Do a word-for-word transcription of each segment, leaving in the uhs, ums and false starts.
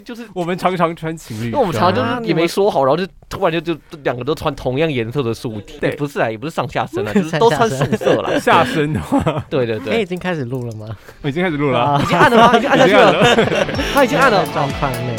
就是我们常常穿情侣装， 因为我们常常就是也没说好，然后就突然就就两个都穿同样颜色的素体，对，不是啊，也不是上下身啊，就是都穿素色啦。 下身的话， 对对对。 哎，已经开始录了吗？ 我已经开始录了、啊， 已经按了吗？已经按下去了，他已经按了。 状况内。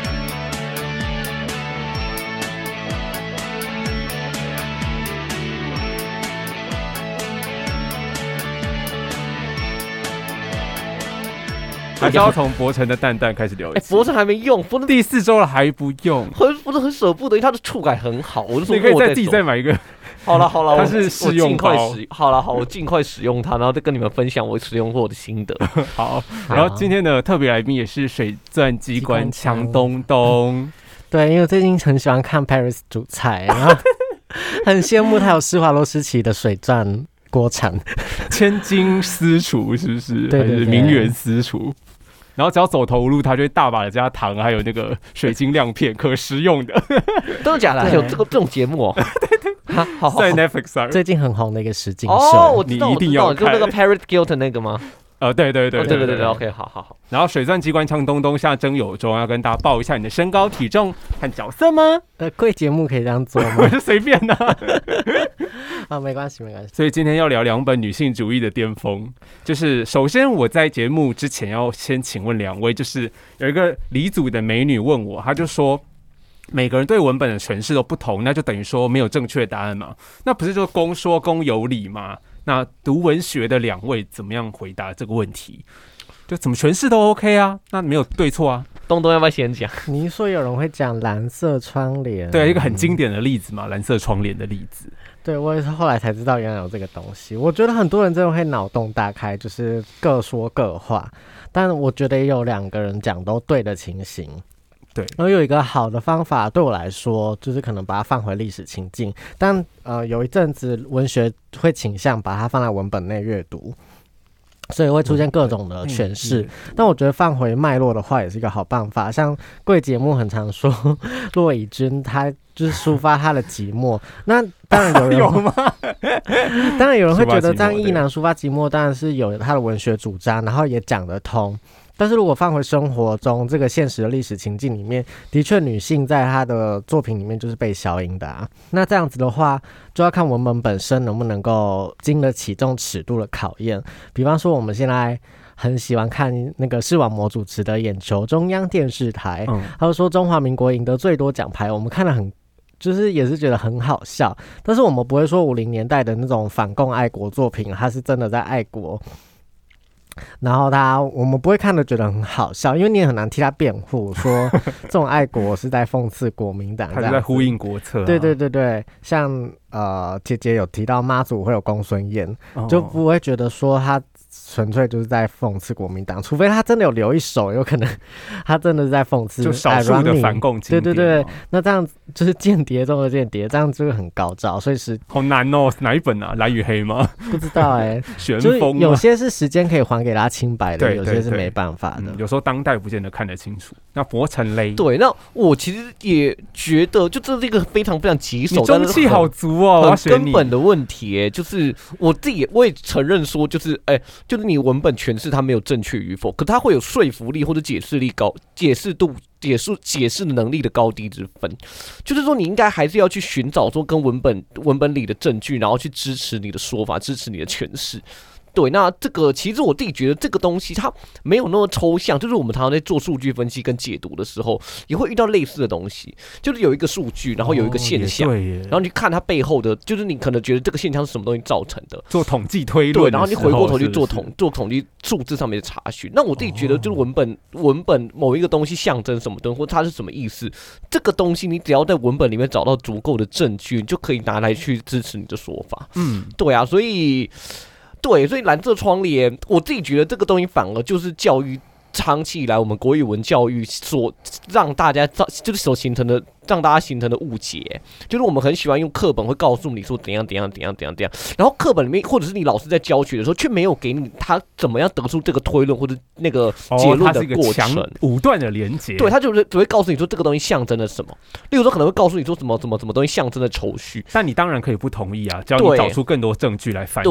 还是要从博成的蛋蛋开始聊一次。 哎，博成还没用，博成第四周了还不用， 很博成很舍不得，因为它的触感很好。我就说你可以再自己再买一个。 好了好了， 它是试用包。 好了好，我尽快使用它，然后再跟你们分享我使用后的心得。 好，然后今天的特别来宾也是水钻机关枪东东。 对，因为我最近很喜欢看 Paris 煮菜，然后很羡慕他有施华洛世奇的水钻锅铲， 千金私厨是不是？ 对对对， 还是名媛私厨？然后只要走投无路，他就会大把的加糖，还有那个水晶亮片，可食用的。 真的假的？有这个这种节目哦？对对，好好， 在 Netflix 上最近很红的一个实境秀。 哦，我知道， 你一定要看，就那个 Paris Hilton 那个吗？ 呃，对对对对对对对 ，OK， 好好好。 然后水钻机关枪东东现在征友中，要跟大家报一下你的身高、体重和角色吗？ 呃，贵节目可以这样做吗？ 我就随便的、啊。 啊，没关系没关系。 所以今天要聊两本女性主义的巅峰，就是首先我在节目之前要先请问两位，就是有一个理组的美女问我，她就说每个人对文本的诠释都不同，那就等于说没有正确答案嘛？那不是就公说公有理吗？那读文学的两位怎么样回答这个问题？就怎么诠释都 OK 啊，那没有对错啊。 东东要不要先讲？ 你说有人会讲蓝色窗帘， 对，一个很经典的例子嘛，蓝色窗帘的例子。 对，我也是后来才知道原来有这个东西。我觉得很多人真的会脑洞大开，就是各说各话，但我觉得也有两个人讲都对的情形。 对， 然后有一个好的方法，对我来说，就是可能把它放回历史情境，但呃，有一阵子文学会倾向把它放在文本内阅读，所以会出现各种的诠释。嗯嗯、但我觉得放回脉络的话，也是一个好办法。像贵节目很常说，骆以军他就是抒发他的寂寞。那当然有人有吗？ 当然有人会觉得这样意男抒发寂寞，当然是有他的文学主张，然后也讲得通。但是如果放回生活中这个现实的历史情境里面，的确女性在她的作品里面就是被消音的啊。那这样子的话，就要看文本本身能不能够经得起这种尺度的考验。比方说我们现在很喜欢看那个视网膜主持的眼球中央电视台，嗯、他就说中华民国赢得最多奖牌，我们看得很就是也是觉得很好笑。但是我们不会说五零年代的那种反共爱国作品，他是真的在爱国。然后他，我们不会看的觉得很好笑，因为你也很难替他辩护，说这种爱国是在讽刺国民党， 他是在呼应国策、啊。 对对对对，像呃姐姐有提到妈祖会有公孙宴，哦、就不会觉得说他纯粹就是在讽刺国民党，除非他真的有留一手，有可能他真的是在讽刺， 就少数的反共经典。 对对对，那这样就是间谍中的间谍，这样就会很高招，所以是好难哦。哪一本啊？蓝与黑吗？ 不知道哎、欸， 旋风有些是时间可以还给他清白的， 对有些是没办法的、 嗯。有时候当代不见得看得清楚。那博成嘞？ 对，那我其实也觉得，就这是一个非常非常棘手， 你中气好足哦， 很根本的问题、欸。就是我自己我也承认说，就是哎、欸，就是你文本诠释它没有正确与否，可它会有说服力或者解释力高、解释度、解释解释能力的高低之分。就是说，你应该还是要去寻找说跟文本文本里的证据，然后去支持你的说法，支持你的诠释。对，那这个其实我自己觉得这个东西它没有那么抽象，就是我们常常在做数据分析跟解读的时候，也会遇到类似的东西，就是有一个数据，然后有一个现象， 哦、 然后你看它背后的，就是你可能觉得这个现象是什么东西造成的， 做统计推论， 对，然后你回过头去做统做统计数字上面的查询。那我自己觉得，就是文本、哦、文本某一个东西象征什么东西，或它是什么意思，这个东西你只要在文本里面找到足够的证据，你就可以拿来去支持你的说法。嗯，对啊，所以。对，所以蓝色窗帘，我自己觉得这个东西反而就是教育长期以来我们国语文教育所让大家就是所形成的，让大家形成的误解，就是我们很喜欢用课本会告诉你说怎样怎样怎样怎样怎样，然后课本里面或者是你老师在教学的时候，却没有给你他怎么样得出这个推论或者那个结论的过程， 哦、武断的连结。 对，他就是只会告诉你说这个东西象征了什么，例如说可能会告诉你说什么什么什么东西象征了愁绪， 但你当然可以不同意啊，只要你找出更多证据来反证。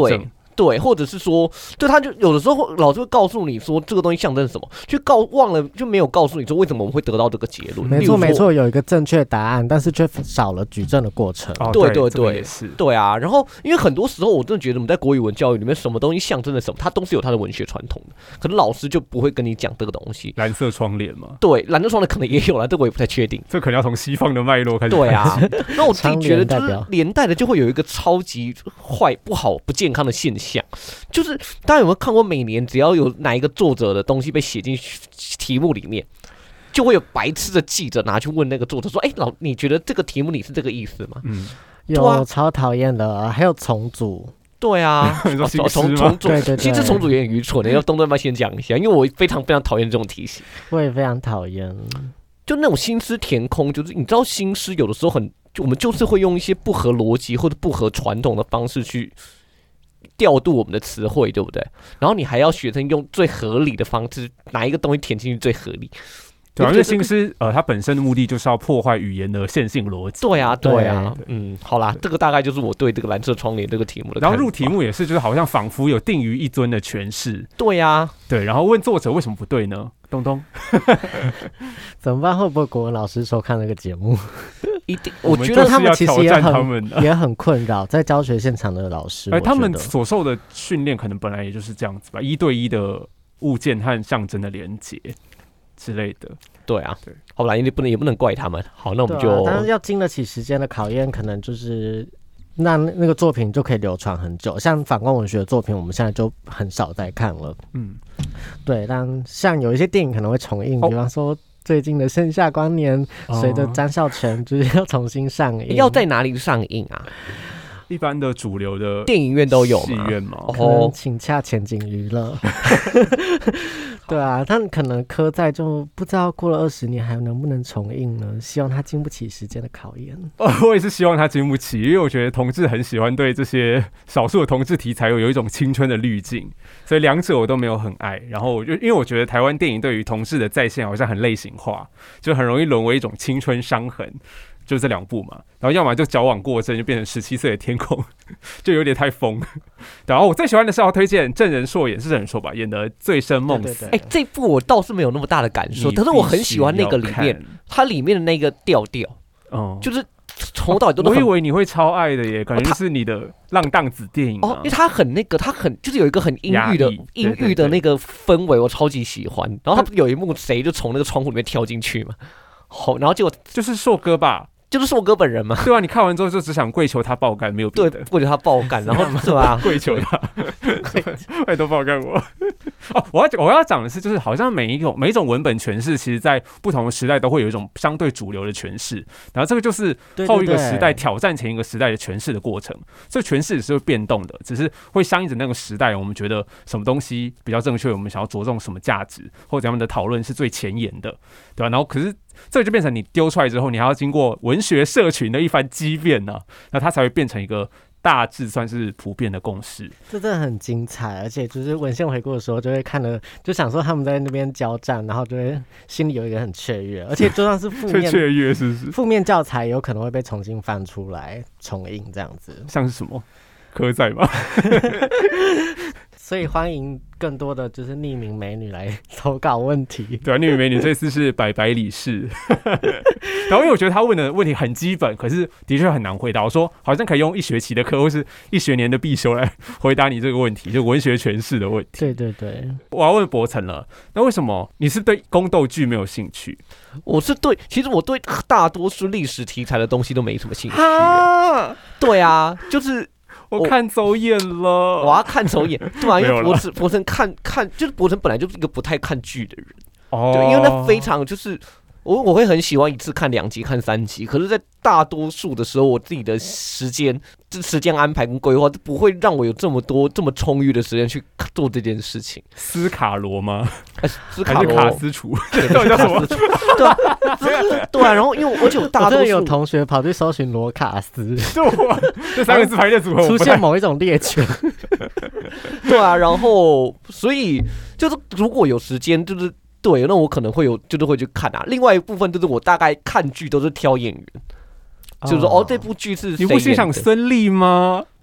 对，或者是说，对，他就有的时候老师会告诉你说这个东西象征什么，就告忘了就没有告诉你说为什么我们会得到这个结论。 没错没错，有一个正确答案，但是却少了举证的过程。 哦、 对对对， 是， 对啊。然后因为很多时候我真的觉得我们在国语文教育里面，什么东西象征了什么，它都是有它的文学传统的，可能老师就不会跟你讲这个东西。 蓝色窗帘嘛， 对，蓝色窗帘可能也有啦，这个我也不太确定。 这可能要从西方的脉络开始。 对啊，那我自己觉得就是连带的就会有一个超级坏、不好、不健康的现象，就是大家有没有看过，每年只要有哪一个作者的东西被写进题目里面，就会有白痴的记者拿去问那个作者说：“哎、欸，老，你觉得这个题目你是这个意思吗？”嗯， 有、啊、超讨厌的，还有重组。 对啊， 重重重组， 对对对， 其实重组也很愚蠢的。要东东要不要先讲一下？因为我非常非常讨厌这种题型， 我也非常讨厌。 就那种新诗填空，就是你知道新诗有的时候很，就我们就是会用一些不合逻辑或者不合传统的方式去调度我们的词汇，对不对？然后你还要学生用最合理的方式，哪一个东西填进去最合理？ 对啊，因为新诗呃，它本身的目的就是要破坏语言的线性逻辑。 对啊，对啊，对嗯，好啦，这个大概就是我对这个蓝色窗帘这个题目的看法。 然后入题目也是，就是好像仿佛有定于一尊的诠释。 对啊， 对，然后问作者为什么不对呢？东东， 怎么办？会不会国文老师收看那个节目？ 一定，我觉得他们其实也很也很困扰，在教学现场的老师， 而他们所受的训练可能本来也就是这样子吧，一对一的物件和象征的连结之类的。 对啊，对，好啦，也不能也不能怪他们。好，那我们就， 啊、但是要经得起时间的考验，可能就是那那个作品就可以流传很久。像反光文学的作品，我们现在就很少在看了。嗯，对，但像有一些电影可能会重映，哦、比方说最近的《盛夏光年》，随着张孝全就是要重新上映， 要在哪里上映啊？ 一般的主流的电影院都有戏院吗？ 哦，请洽前景娱乐。对啊，但可能科在就不知道过了二十年还能不能重映呢？希望他经不起时间的考验。 哦，我也是希望他经不起，因为我觉得同志很喜欢对这些少数的同志题材有有一种青春的滤镜，所以两者我都没有很爱。然后我就因为我觉得台湾电影对于同志的再现好像很类型化，就很容易沦为一种青春伤痕。就这两部嘛，然后要么就矫枉过正，就变成十七岁的天空，就有点太疯。然后我最喜欢的是要推荐郑人硕演，是郑人硕吧演的《醉生梦死》。 哎、欸，这部我倒是没有那么大的感受，但是我很喜欢那个里面，它里面的那个调调，嗯，就是从头到尾都。 我以为你会超爱的耶，感觉就是你的浪荡子电影、啊、 哦，因为它很那个，它很就是有一个很阴郁的阴郁的那个氛围，我超级喜欢。然后他有一幕谁就从那个窗户里面跳进去嘛，好，然后结果就是硕哥吧。 就是硕哥本人嘛， 对啊，你看完之后就只想跪求他爆干，没有别的， 对，跪求他爆干，然后是吧？ 跪求他，拜托爆干我。哦，我要我要讲的是，就是好像每一种每一种文本诠释，其实在不同的时代都会有一种相对主流的诠释，然后这个就是后一个时代挑战前一个时代的诠释的过程。这诠释是会变动的，只是会相应着那个时代，我们觉得什么东西比较正确，我们想要着重什么价值，或者他们的讨论是最前沿的，对吧？然后可是。这就变成你丢出来之后，你还要经过文学社群的一番激辩呢、啊，那它才会变成一个大致算是普遍的共识。 这真的很精彩，而且就是文献回顾的时候，就会看了，就想说他们在那边交战，然后就会心里有一个很雀跃，而且就算是负面雀跃，是不是？ 负面教材有可能会被重新翻出来重印这样子， 像是什么科仔吗？ 所以欢迎更多的就是匿名美女来投稿问题。 对啊，匿名美女这次是百百理事。然后因为我觉得他问的问题很基本，可是的确很难回答。我说好像可以用一学期的课或是一学年的必修来回答你这个问题，就文学诠释的问题。 对对对， 我要问博成了，那为什么你是对宫斗剧没有兴趣？ 我是对，其实我对大多数历史题材的东西都没什么兴趣。啊对啊，就是。 我看走眼了， 我要看走眼，对吧、啊？因为博成博成看看，就是博成本来就是一个不太看剧的人，哦，对，因为那非常就是我我会很喜欢一次看两集、看三集，可是，在大多数的时候，我自己的时间、时间安排跟规划，不会让我有这么多这么充裕的时间去做这件事情。 斯卡罗吗？ 欸、斯卡罗还是卡斯楚？ 到底叫什么？对啊，对啊。然后因为而且我大多数有同学跑去搜寻罗卡斯， 对，这三个字排列组合出现某一种猎犬。 对啊，然后所以就是如果有时间，就是。对，那我可能会有，就是会去看啊。另外一部分就是我大概看剧都是挑演员，哦、就是说哦，这部剧是谁演的？ 你不欣赏孙俪吗？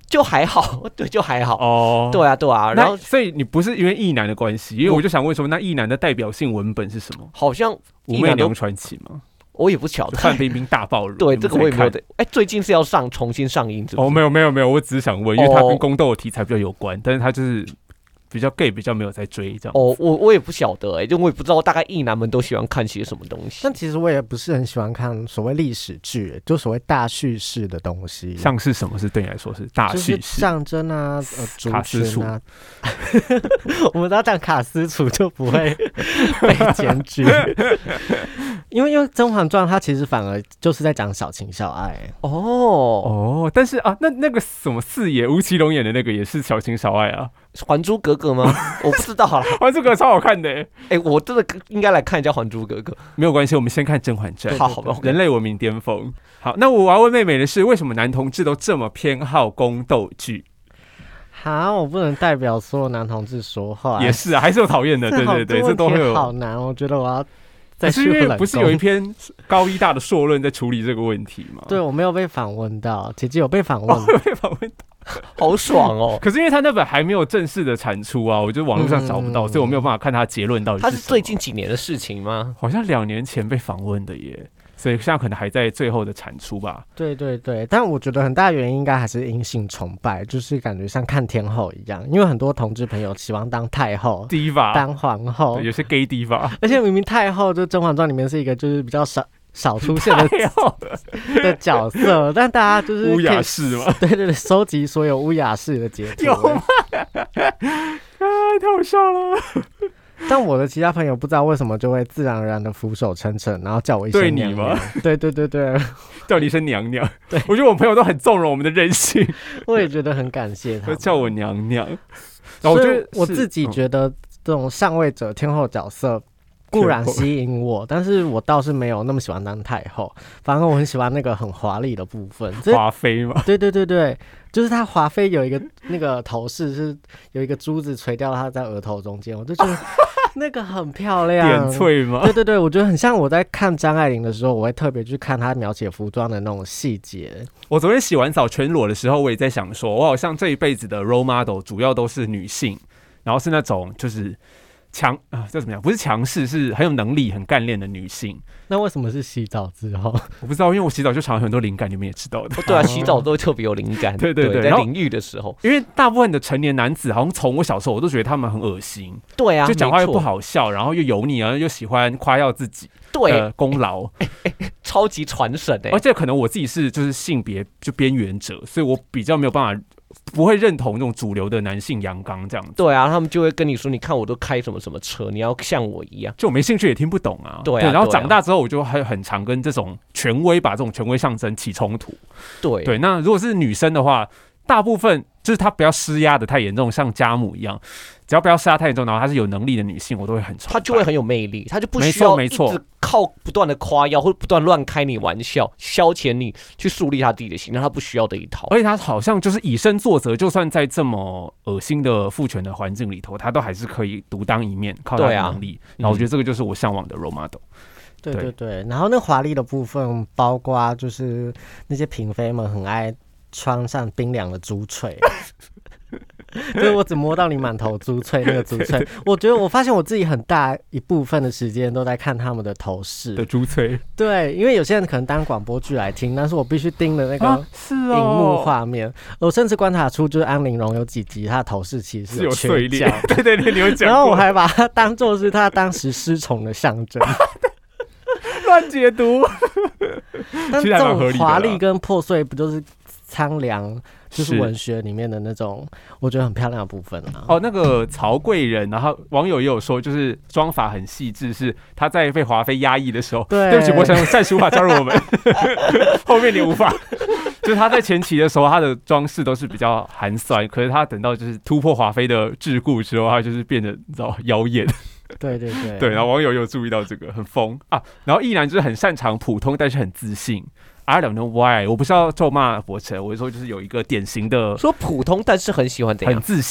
就还好，对，就还好。 哦， 对啊，对啊。然后， 所以你不是因为异男的关系，因为我就想问说，那异男的代表性文本是什么？ 好像武媚娘传奇吗？ 我也不晓得。 范冰冰大爆乳， 对，这个我也没有的。哎，最近是要上重新上映，是不是？ 哦，没有没有没有，我只是想问，因为它跟宫斗的题材比较有关，但是它就是比较 gay， 比较没有在追这样。 哦，我我也不晓得哎、欸，就我也不知道大概异男们都喜欢看些什么东西。 但其实我也不是很喜欢看所谓历史剧，就所谓大叙事的东西。 像是什么是对你来说是大叙事？ 就是象征啊，呃，族群啊。我们只要讲卡斯楚就不会被检举，因为因为《甄嬛传》它其实反而就是在讲小情小爱。 哦哦，但是啊，那那个什么四爷吴奇隆演的那个也是小情小爱啊， 《还珠格格》吗？我不知道啦， 《还珠格格》超好看的、欸， 哎、欸，我真的应该来看一下《还珠格格》。 没有关系，我们先看《甄嬛传》。 好，好， 人类文明巅峰。好，那我要问妹妹的是，为什么男同志都这么偏好宫斗剧？ 哈，我不能代表所有男同志说话。 也是啊，还是有讨厌的，对对对，这都会有。 好难，我觉得我要再去。 是因为不是有一篇高医大的硕论在处理这个问题吗？ 对，我没有被访问到，姐姐有被访问， 哦、被访问到， 好爽哦！ 可是因为他那本还没有正式的产出啊，我觉得网络上找不到，嗯、所以我没有办法看他的结论到底是什么。 他是最近几年的事情吗？ 好像两年前被访问的耶。所以现在可能还在最后的产出吧。 对对对，但我觉得很大原因应该还是阴性崇拜，就是感觉像看天后一样，因为很多同志朋友喜欢当太后、 diva、 当皇后， 有些 gay diva， 而且明明太后就《甄嬛传》里面是一个就是比较少少出现的的角色，但大家就是乌雅氏嘛， 对对对，收集所有乌雅氏的截图， 有吗？啊，太好笑了。 但我的其他朋友不知道为什么就会自然而然的俯首称臣，然后叫我一声娘娘。 对你吗？ 对对对对， 叫你一声娘娘。 对， 我觉得我朋友都很纵容我们的人性， 我也觉得很感谢他， 叫我娘娘。 然后我觉得我自己觉得这种上位者、天后角色固然吸引我，但是我倒是没有那么喜欢当太后，反而我很喜欢那个很华丽的部分， 华妃嘛。 对对对对。就是他华妃有一个那个头饰是有一个珠子垂掉他在额头中间，我就觉得那个很漂亮， 点翠吗？ 对对对，我觉得很像我在看张爱玲的时候，我会特别去看她描写服装的那种细节。 我昨天洗完澡全裸的时候，我也在想说，我好像这一辈子的 role model 主要都是女性，然后是那种就是强啊，这怎么样？不是强势，是很有能力、很干练的女性。 那为什么是洗澡之后？ 我不知道，因为我洗澡就常有很多灵感，你们也知道的。 哦、对啊，洗澡都会特别有灵感。 对对 对, 对，在淋浴的时候， 因为大部分的成年男子，好像从我小时候我都觉得他们很恶心。 对啊， 就讲话又不好笑，然后又油腻，然后又喜欢夸耀自己的功劳， 欸欸欸、超级传神哎！ 而且可能我自己是就是性别就边缘者，所以我比较没有办法。不会认同那种主流的男性阳刚这样子。 对啊，他们就会跟你说，你看我都开什么什么车，你要像我一样。 就我没兴趣也听不懂啊。 对啊， 对，然后长大之后，我就还很常跟这种权威把这种权威象征起冲突。 对对，那如果是女生的话，大部分就是她不要施压的太严重，像家母一样。只要不要施压太严重，然后她是有能力的女性，我都会很崇拜。 她就会很有魅力，她就不需要一直靠不断的夸耀或者不断乱开你玩笑，消遣你去树立她自己的形象，她不需要的一套。 而且她好像就是以身作则，就算在这么恶心的父权的环境里头，她都还是可以独当一面，靠她的能力。啊、然后我觉得这个就是我向往的 role model。 对对对，然后那华丽的部分，包括就是那些嫔妃们很爱穿上冰凉的珠翠。就是我只摸到你满头珠翠那个珠翠，我觉得我发现我自己很大一部分的时间都在看他们的头饰的珠翠。 对，因为有些人可能当广播剧来听，但是我必须盯着那个荧幕画面。啊哦、我甚至观察出，就是安陵容有几集她的头饰其实是有碎裂，对对对，你有讲过。 然后我还把它当作是她当时失宠的象征。 乱解读。 但这种华丽跟破碎，不就是苍凉？就是文学里面的那种我觉得很漂亮的部分啊。 哦，那个曹贵人，然后网友也有说，就是妆法很细致，是他在被华妃压抑的时候， 对， 对不起，我想战术法加入我们，后面你无法。就是他在前期的时候，他的装饰都是比较寒酸，可是他等到就是突破华妃的桎梏之后，他就是变得你知道妖艳。 对对对， 对，然后网友有注意到这个很疯啊，然后亦然就是很擅長普通，但是很自信。I don't know why， 我不是要咒骂伯承，我是说就是有一个典型的说普通，但是很喜欢怎样， 很自信，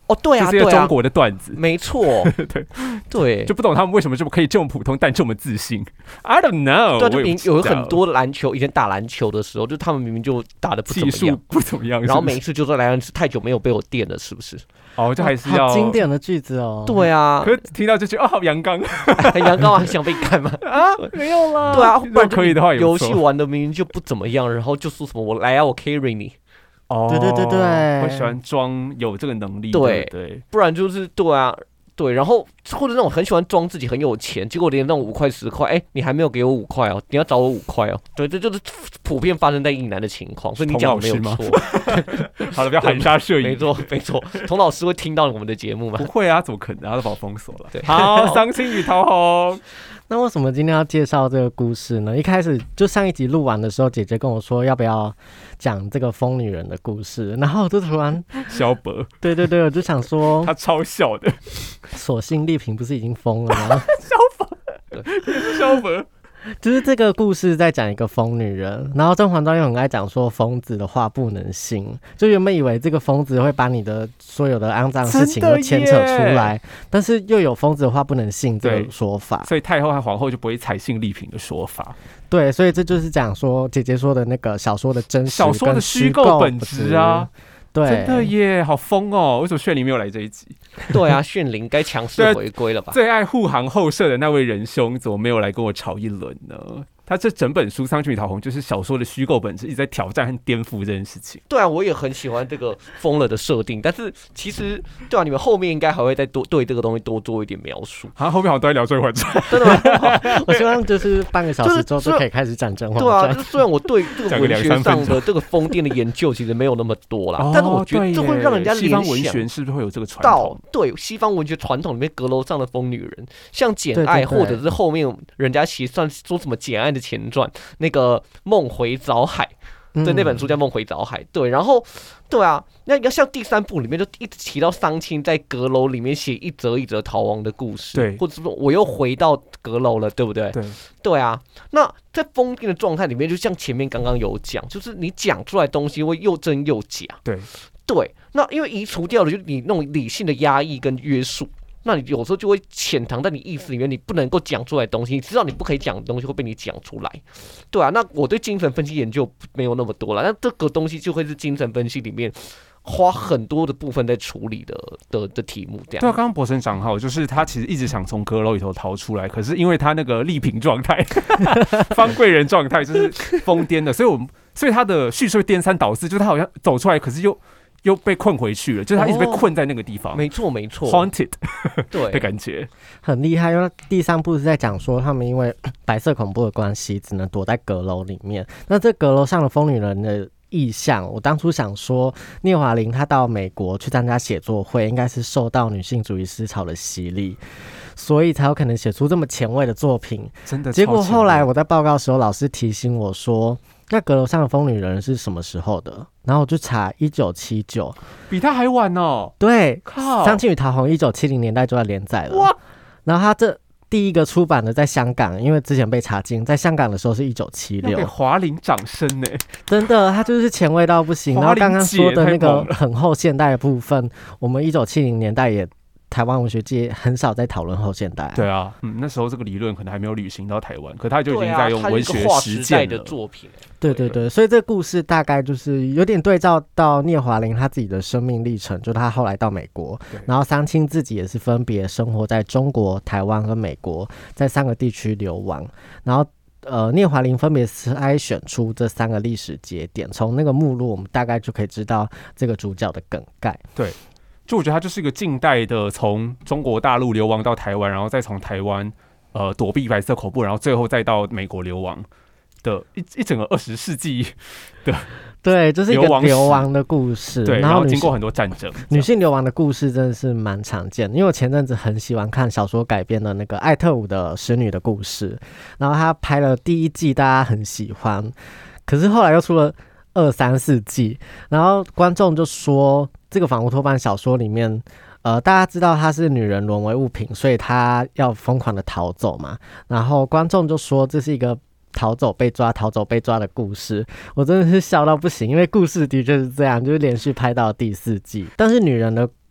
哦，对啊， 这是一个对啊中国的段子， 没错， 对对， 就不懂他们为什么就可以这么普通，但这么自信。I don't know。 对啊，就明有很多篮球，以前打篮球的时候，就他们明明就打的不怎么样， 技术不怎么样， 然后每一次就说莱恩是太久没有被我电了，是不是？ 哦，就还是要好经典的句子哦。 对啊， 可是听到就觉得哦，好阳刚很阳刚啊，想被干嘛？ 啊，没有啦。 对啊，不然可以的话， 游戏玩的明明就不怎么样，然后就说什么我来啊，我 carry 你。 哦， 对对对对， 我喜欢装有这个能力， 对对， 不然就是对啊。对，然后或者那种很喜欢装自己很有钱，结果连那种五块十块，哎，你还没有给我五块哦，你要找我五块哦。对，这就是普遍发生在异男的情况，所以你讲的没有错。 好了，不要含沙射影。 没错，没错。童老师会听到我们的节目吗？ 不会啊，怎么可能？他都把我封锁了。 对， 好，伤心与桃红。 那为什么今天要介绍这个故事呢？一开始就上一集录完的时候，姐姐跟我说要不要讲这个疯女人的故事，然后我就突然萧伯， 对对对，我就想说， 他超笑的， 索性丽萍不是已经疯了吗？ 萧伯，萧伯。 就是这个故事在讲一个疯女人，然后甄嬛传又很爱讲说疯子的话不能信，就原本以为这个疯子会把你的所有的肮脏事情都牵扯出来，但是又有疯子的话不能信这个说法， 所以太后和皇后就不会采信丽嫔的说法。 对，所以这就是讲说姐姐说的那个小说的真实小说的虚构本质啊。 对， 真的耶，好疯哦！为什么炫灵没有来这一集？ 对啊，炫灵该强势回归了吧？ 最爱护航后舍的那位仁兄，怎么没有来跟我吵一轮呢？他这整本书《桑君与桃红》就是小说的虚构本质，一直在挑战和颠覆这件事情。 对啊，我也很喜欢这个疯了的设定，但是其实对啊，你们后面应该还会再多对这个东西多做一点描述。 好、啊，后面好像都在聊《甄嬛传》， 真的吗？ 我希望就是半个小时之后就可以开始讲《甄嬛传》。 对啊，虽然我对这个文学上的这个疯癫的研究其实没有那么多啦， 哦、 但是我觉得这会让人家联想西方文学是不是会有这个传统？对，西方文学传统里面阁楼上的疯女人，像《简爱》，或者是后面人家写算说什么《简爱》的前传。那个《梦回藻海》对，那本书叫《梦回藻海》。对，然后对啊，那要像第三部里面就一直提到桑青在阁楼里面写一则一则逃亡的故事， 对， 或者说我又回到阁楼了，对不对？ 对， 对啊。那在疯癫的状态里面，就像前面刚刚有讲，就是你讲出来的东西会又真又假。 对， 对。那因为移除掉了就是你那种理性的压抑跟约束。那你有时候就会潜藏在你意识里面，你不能够讲出来的东西，你知道你不可以讲的东西会被你讲出来，对啊。那我对精神分析研究没有那么多了，那这个东西就会是精神分析里面花很多的部分在处理的的的题目，这样。 对啊，刚刚博生讲好，就是他其实一直想从阁楼里头逃出来，可是因为他那个丽嫔状态、方贵人状态就是疯癫的，所以我们所以他的叙述会颠三倒四，就是他好像走出来，可是又。又被困回去了，就是他一直被困在那个地方。 哦、没错，没错 ，haunted 对的感觉很厉害。因为第三部是在讲说，他们因为白色恐怖的关系，只能躲在阁楼里面。那这阁楼上的疯女人的意象，我当初想说，聂华苓她到美国去参加写作会，应该是受到女性主义思潮的洗礼，所以才有可能写出这么前卫的作品。 真的， 结果后来我在报告的时候，老师提醒我说。那阁楼上的疯女人是什么时候的？然后我就查一九七九， 比他还晚哦。 对， 靠， 桑青与桃红一九七零年代就在连载了。哇！然后他这第一个出版的在香港，因为之前被查禁，在香港的时候是一九七六。 要给华苓掌声呢！ 真的，他就是前卫到不行。然后刚刚说的那个很后现代的部分，我们一九七零年代也。台湾文学界很少在讨论后现代、啊。 对啊，嗯，那时候这个理论可能还没有旅行到台湾，可他就已经在用文学实践的作品。 对对对，所以这个故事大概就是有点对照到聂华苓他自己的生命历程，就他后来到美国，然后桑青自己也是分别生活在中国、台湾跟美国，在三个地区流亡，然后。呃，聂华苓分别筛选出这三个历史节点，从那个目录我们大概就可以知道这个主角的梗概。 对。就我觉得他就是一个近代的，从中国大陆流亡到台湾，然后再从台湾呃躲避白色恐怖，然后最后再到美国流亡的一一整个二十世纪的对，就是一个流亡的故事。 对，然后经过很多战争， 女性流亡的故事真的是蛮常见的。因为我前阵子很喜欢看小说改编的那个艾特伍的《使女的故事》，然后他拍了第一季，大家很喜欢，可是后来又出了二三四季，然后观众就说。这个反乌托邦小说里面，呃，大家知道她是女人沦为物品，所以她要疯狂的逃走嘛。然后观众就说这是一个逃走被抓、逃走被抓的故事。我真的是笑到不行，因为故事的确是这样，就是连续拍到第四季。但是女人的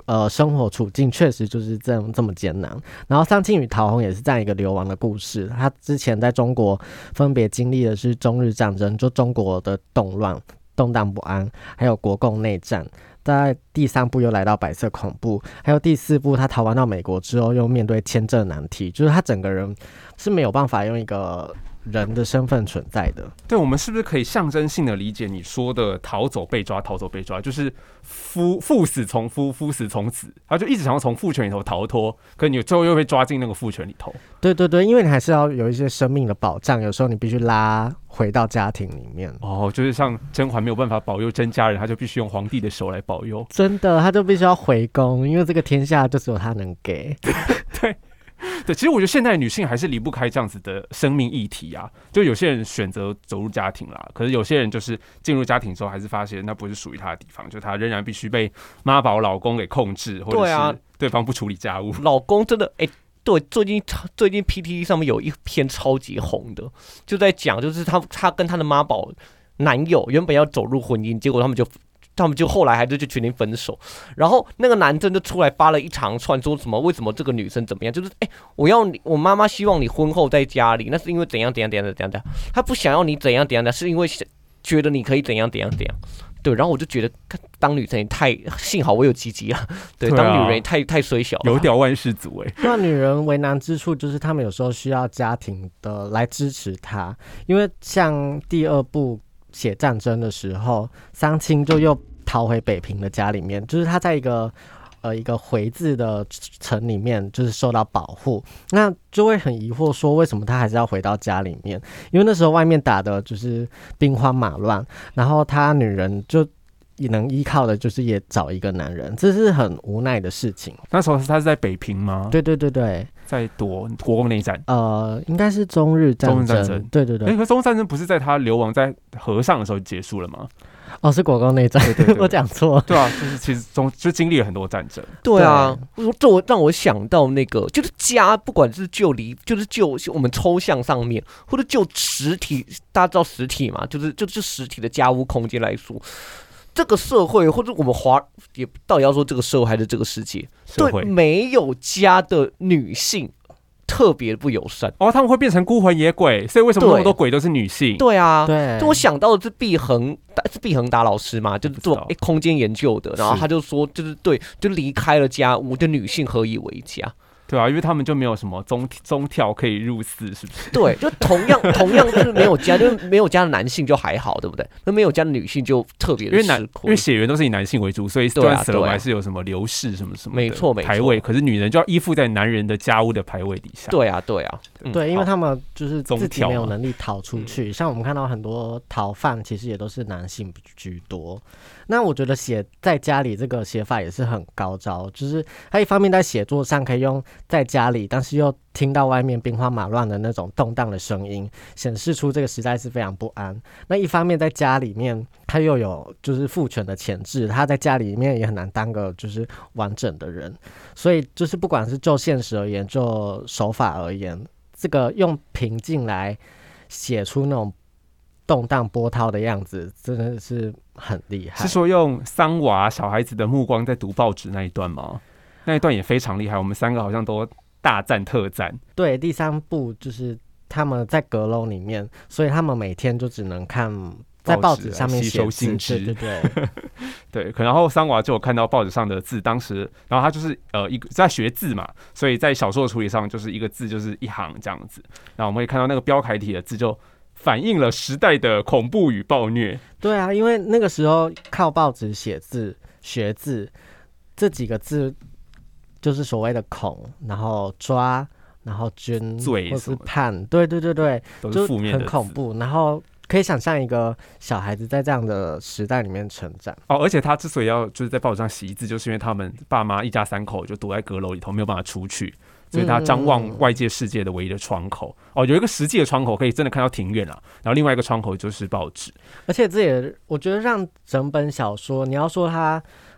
呃生活处境确实就是这样这么艰难。然后桑青与陶虹也是这样一个流亡的故事，他之前在中国分别经历的是中日战争，就中国的动乱动荡不安，还有国共内战。在第三部又来到白色恐怖，还有第四部他逃亡到美国之后又面对签证难题，就是他整个人是没有办法用一个人的身份存在的。 对，我们是不是可以象征性的理解你说的逃走被抓逃走被抓，就是夫父死从夫夫死从子，他就一直想要从父权里头逃脱，可是你最后又被抓进那个父权里头。 对对对，因为你还是要有一些生命的保障，有时候你必须拉回到家庭里面。 哦，就是像甄嬛没有办法保佑甄家人，他就必须用皇帝的手来保佑。 真的，他就必须要回宫，因为这个天下就只有他能给。 对。对，其实我觉得现代女性还是离不开这样子的生命议题啊。就有些人选择走入家庭啦，可是有些人就是进入家庭之后，还是发现那不是属于她的地方，就她仍然必须被妈宝老公给控制，或者是对方不处理家务。 老公真的哎。欸对，最近最近 P T T 上面有一篇超级红的，就在讲，就是他他跟他的妈宝男友原本要走入婚姻，结果他们就他们就后来还是就决定分手，然后那个男生就出来发了一长串，说什么为什么这个女生怎么样，就是哎、欸，我要你，我妈妈希望你婚后在家里，那是因为怎样怎样怎样怎样怎样，他不想要你怎样怎样的，是因为觉得你可以怎样怎样怎样。对，然后我就觉得当女生也太，幸好我有鸡鸡啊。对， 对啊， 当女人也太太衰小了， 有屌万事足哎、欸。 那女人为难之处就是她们有时候需要家庭的来支持她，因为像第二部写战争的时候，桑青就又逃回北平的家里面，就是她在一个。呃，一个回字的城里面，就是受到保护，那就会很疑惑说，为什么他还是要回到家里面？因为那时候外面打的就是兵荒马乱，然后他女人就也能依靠的，就是也找一个男人，这是很无奈的事情。 那时候他是在北平吗？ 对对对对， 在躲国共内战。 呃，应该是中日战争。 中日战争， 对对对。 哎、欸，可是中日战争不是在他流亡在河上的时候结束了吗？ 哦，是国共内战， 对对对我讲错。 对啊，就是其实中就经历了很多战争。 对啊，这我让我想到那个，就是家，不管是就离，就是就我们抽象上面，或者就实体，大家知道实体嘛，就是就是实体的家屋空间来说，这个社会或者我们华也到底要说这个社会还是这个世界，对没有家的女性。特别不友善哦，他们会变成孤魂野鬼，所以为什么那么多鬼都是女性？ 对啊， 对， 就我想到的是毕恒，是毕恒达老师嘛，就是做、欸、空间研究的，然后他就说，就是对，就离开了家屋，就女性何以为家？ 对啊，因为他们就没有什么宗宗跳可以入寺，是不是？ 对，就同样同样就是没有家，就是没有家的男性就还好，对不对？那没有家的女性就特别的吃亏， 因为血缘都是以男性为主，所以就算死了，我还是有什么流逝什么什么的没错没错牌位。可是女人就要依附在男人的家务的牌位底下。 对啊，对啊， 嗯、对，因为他们就是自己没有宗能力逃出去。像我们看到很多逃犯，其实也都是男性居多。那我觉得写在家里这个写法也是很高招，就是他一方面在写作上可以用在家里，但是又听到外面兵荒马乱的那种动荡的声音，显示出这个时代是非常不安。那一方面在家里面，他又有就是父权的钳制，他在家里面也很难当个就是完整的人，所以就是不管是就现实而言，就手法而言，这个用平静来写出那种动荡波涛的样子，真的是很厉害。 是说用桑娃小孩子的目光在读报纸那一段吗？那一段也非常厉害，我们三个好像都大赞特赞。 对，第三部就是他们在阁楼里面，所以他们每天就只能看在报纸上面吸收新知， 对对对， 对。可然后桑娃就有看到报纸上的字，当时，然后他就是呃一个在学字嘛，所以在小说的处理上就是一个字就是一行这样子。然后我们会看到那个标楷体的字就反映了时代的恐怖与暴虐。 对啊，因为那个时候靠报纸写字、学字这几个字，就是所谓的恐，然后抓，然后军，或是判，对对对对， 都是负面的字， 就很恐怖。然后可以想象一个小孩子在这样的时代里面成长。 哦，而且他之所以要就是在报纸上习字，就是因为他们爸妈一家三口就躲在阁楼里头，没有办法出去。所以他张望外界世界的唯一的窗口、嗯、哦，有一个实际的窗口可以真的看到庭院啦，然后另外一个窗口就是报纸。 而且这也我觉得让整本小说，你要说它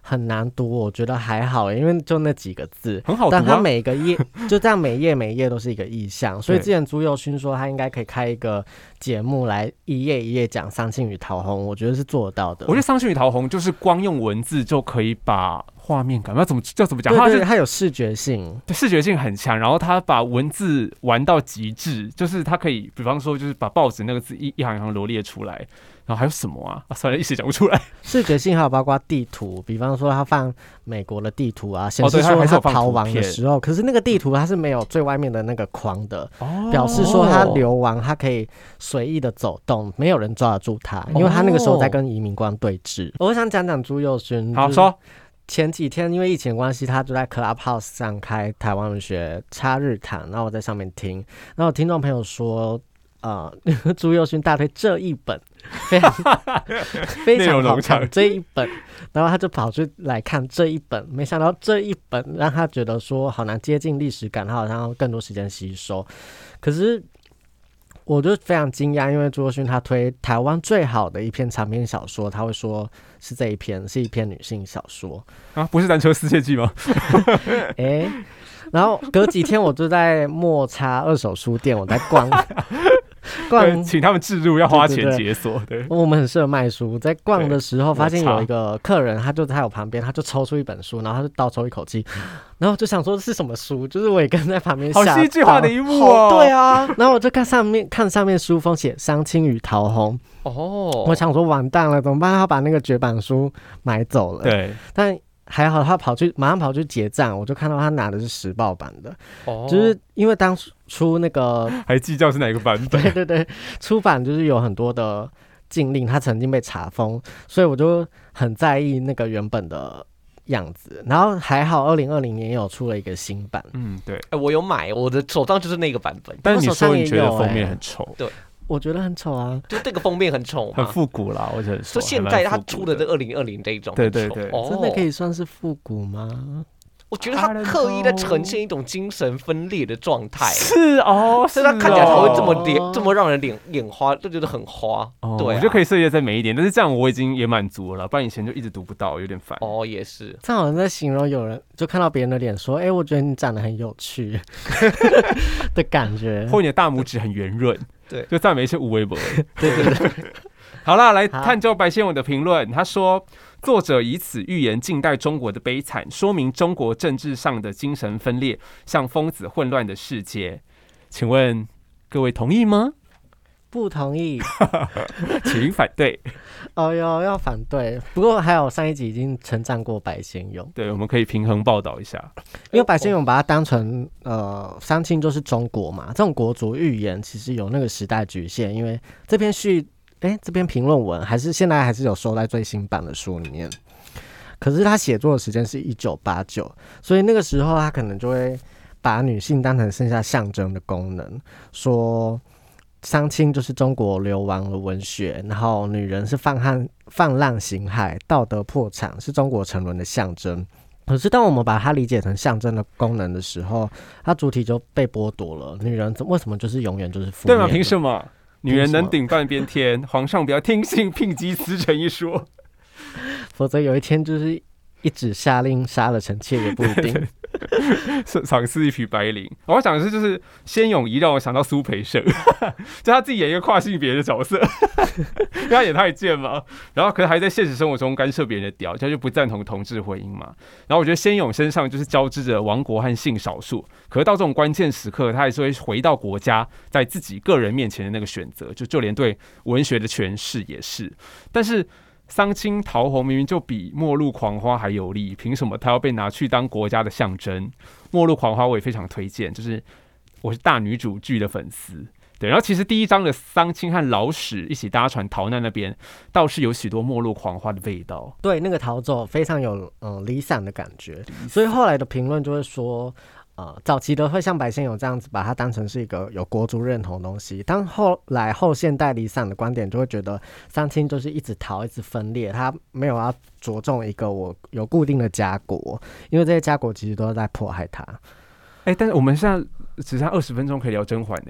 很难读，我觉得还好，因为就那几个字， 很好读啊。 但它每个页就这样，每页每页都是一个意象，所以之前朱佑勋说他应该可以开一个节目来一页一页讲桑青与桃红，我觉得是做得到的。 我觉得桑青与桃红就是光用文字就可以把画面感，要怎么要怎么讲？ 对对，它有视觉性， 对，视觉性很强，然后他把文字玩到极致，就是他可以，比方说就是把报纸那个字一一行一行罗列出来。然后还有什么啊？啊算了，一时讲不出来。 视觉性还有包括地图，比方说他放美国的地图啊，显示说他逃亡的时候，哦、可是那个地图它是没有最外面的那个框的，哦、表示说他流亡，他可以随意的走动，没有人抓得住他，因为他那个时候在跟移民官对峙。哦、我想讲讲朱佑勋， 好说。 前几天因为疫情的关系，他就在 Clubhouse 上开台湾文学插日谈，然后我在上面听，然后听众朋友说。呃，朱佑勋大推这一本非常非常好看这一本，然后他就跑去来看这一本，没想到这一本让他觉得说好难接近历史感，他好像要更多时间吸收。可是我就非常惊讶，因为朱佑勋他推台湾最好的一篇长篇小说，他会说是这一篇是一篇女性小说啊，不是单车世界纪吗？ 哎、欸，然后隔几天我就在莫叉二手书店，我在逛。 逛请他们置入要花钱解锁，对， 对， 对，我们很适合卖书。在逛的时候，发现有一个客人，他就在我旁边，他就抽出一本书，然后他就倒抽一口气，然后就想说是什么书，就是我也跟在旁边吓到， 好戏剧化的一幕哦， 对啊。然后我就看上面看上面书封写桑青与桃红，哦，我想说完蛋了，怎么办？他把那个绝版书买走了， 对， 但。还好他跑去马上跑去结账，我就看到他拿的是时报版的，哦、就是因为当初那个还计较是哪个版本， 对对对，出版就是有很多的禁令，他曾经被查封，所以我就很在意那个原本的样子。然后还好，二零二零年也有出了一个新版， 嗯，对， 欸、我有买，我的手上就是那个版本， 但是你说你觉得封面很丑， 对。 我觉得很丑啊， 就这个封面很丑嘛， 很复古啦，我觉得说现在他出的这二零二零这一种， 对对对， 哦、真的可以算是复古吗？ 我觉得他刻意在呈现一种精神分裂的状态， 是哦， 所以他看起来才会这么脸，这么让人脸眼花，就觉得很花。 哦、 对、啊， 我觉得可以设计再美一点，但是这样我已经也满足了，不然以前就一直读不到，有点烦。 哦，也是， 这好像在形容有人就看到别人的脸说：“哎、欸，我觉得你长得很有趣的感觉。” 或你的大拇指很圆润。 对， 就赞美一些无微博。 对对对， 好啦，来探究白先勇的评论。他说，作者以此预言近代中国的悲惨，说明中国政治上的精神分裂，像疯子混乱的世界。请问各位同意吗？ 不同意， 请反对。 哦哟，要反对。不过还有上一集已经称赞过白先勇， 对，我们可以平衡报道一下。 因为白先勇把它当成呃，桑青就是中国嘛，这种国族预言其实有那个时代局限。因为这篇序，哎，这篇评论文还是现在还是有收在最新版的书里面。可是他写作的时间是一九八九，所以那个时候他可能就会把女性当成剩下象征的功能，说。桑青就是中国流亡的文学，然后女人是放悍放浪形骸，道德破产，是中国沉沦的象征。可是当我们把它理解成象征的功能的时候，它主体就被剥夺了。女人为什么就是永远就是负面的？ 对吗？凭什么？女人能顶半边天，皇上不要听信聘姬司臣一说， 否则有一天就是一纸下令杀了臣妾也不一定。 赏赐一匹白绫。我要讲的是，就是先勇一让我想到苏培盛，就他自己演一个跨性别的角色，因为他演太监嘛，然后可是还在现实生活中干涉别人的屌，他就不赞同同志婚姻嘛。然后我觉得先勇身上就是交织着亡国和性少数，可是到这种关键时刻，他还是会回到国家在自己个人面前的那个选择，就就连对文学的诠释也是。但是桑青桃红明明就比末路狂花还有力，凭什么他要被拿去当国家的象征？末路狂花我也非常推荐，就是我是大女主剧的粉丝。对，然后其实第一章的桑青和老史一起搭船逃难那边，倒是有许多末路狂花的味道。 对，那个逃走非常有嗯、呃、理想的感觉，所以后来的评论就会说。呃，早期的会像白先勇这样子把它当成是一个有国族认同的东西，但后来后现代理想的观点就会觉得桑青就是一直逃一直分裂，他没有要着重一个我有固定的家国，因为这些家国其实都在迫害他。 哎、欸，但是我们现在只剩二十分钟可以聊甄嬛呢。